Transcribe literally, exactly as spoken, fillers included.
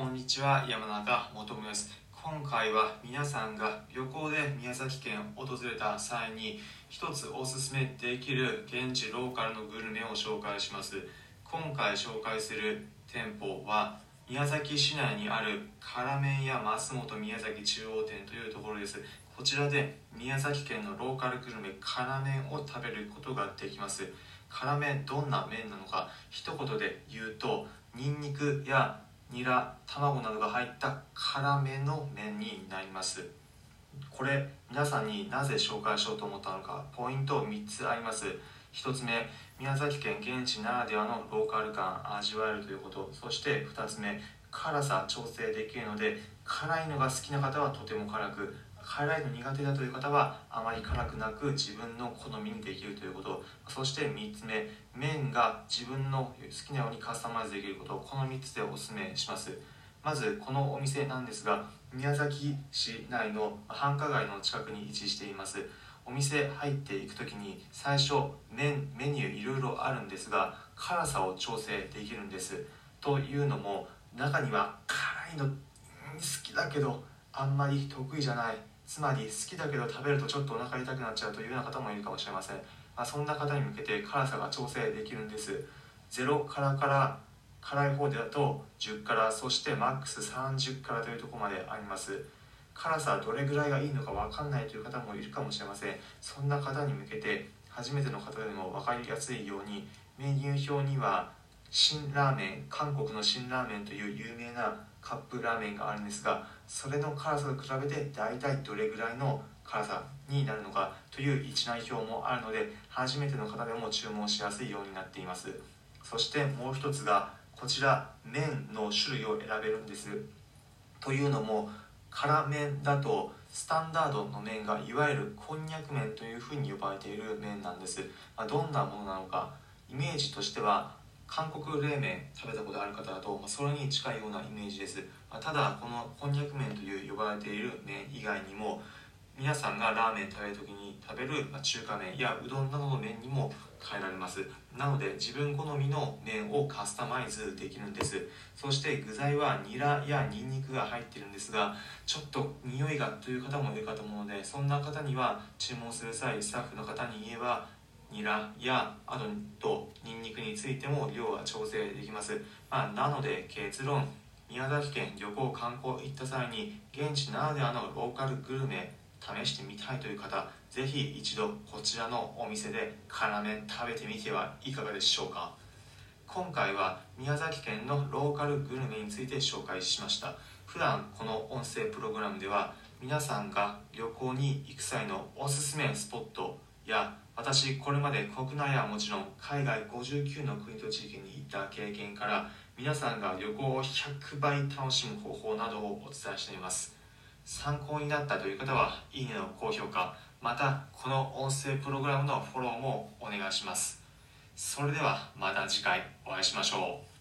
こんにちは、山中元夢です。今回は皆さんが旅行で宮崎県を訪れた際に一つおすすめできる現地ローカルのグルメを紹介します。今回紹介する店舗は宮崎市内にある辛麺屋増本宮崎中央店というところです。こちらで宮崎県のローカルグルメ辛麺を食べることができます。辛麺、どんな麺なのか一言で言うと、ニンニクやニラ、卵などが入った辛めの麺になります。これ皆さんになぜ紹介しようと思ったのか、ポイントみっつあります。ひとつめ、宮崎県現地ならではのローカル感味わえるということ。そしてふたつめ、辛さ調整できるので、辛いのが好きな方はとても辛く、辛いの苦手だという方はあまり辛くなく自分の好みにできるということ。そしてみっつめ、麺が自分の好きなようにカスタマイズできること。このみっつでおすすめします。まずこのお店なんですが、宮崎市内の繁華街の近くに位置しています。お店入っていくときに最初麺メニューいろいろあるんですが、辛さを調整できるんです。というのも、中には辛いの好きだけどあんまり得意じゃない、つまり好きだけど食べるとちょっとお腹痛くなっちゃうというような方もいるかもしれません。まあ、そんな方に向けて辛さが調整できるんです。ゼロ辛から辛い方だとじゅう辛、そしてマックスさんじゅう辛というところまであります。辛さどれぐらいがいいのか分かんないという方もいるかもしれません。そんな方に向けて初めての方でも分かりやすいように、メニュー表には辛ラーメン、韓国の辛ラーメンという有名なカップラーメンがあるんですが、それの辛さと比べて大体どれぐらいの辛さになるのかという一覧表もあるので、初めての方でも注文しやすいようになっています。そしてもう一つが、こちら麺の種類を選べるんです。というのも、辛麺だとスタンダードの麺がいわゆるこんにゃく麺というふうに呼ばれている麺なんです。まあ、どんなものなのか、イメージとしては韓国冷麺食べたことある方だと、まあ、それに近いようなイメージです。まあ、ただこのこんにゃく麺という呼ばれている麺以外にも、皆さんがラーメン食べるときに食べる中華麺やうどんなどの麺にも変えられます。なので自分好みの麺をカスタマイズできるんです。そして具材はニラやニンニクが入っているんですが、ちょっと匂いがという方もいるかと思うので、そんな方には注文する際、スタッフの方に言えばニラやあとニンニクについても量は調整できます。まあ、なので結論、宮崎県旅行観光行った際に現地ならではのローカルグルメ試してみたいという方、ぜひ一度こちらのお店で辛麺食べてみてはいかがでしょうか。今回は宮崎県のローカルグルメについて紹介しました。普段この音声プログラムでは、皆さんが旅行に行く際のおすすめスポットや、私これまで国内はもちろん海外ごじゅうきゅうの国と地域に行った経験から、皆さんが旅行をひゃくばい楽しむ方法などをお伝えしています。参考になったという方は、いいねの高評価、またこの音声プログラムのフォローもお願いします。それではまた次回お会いしましょう。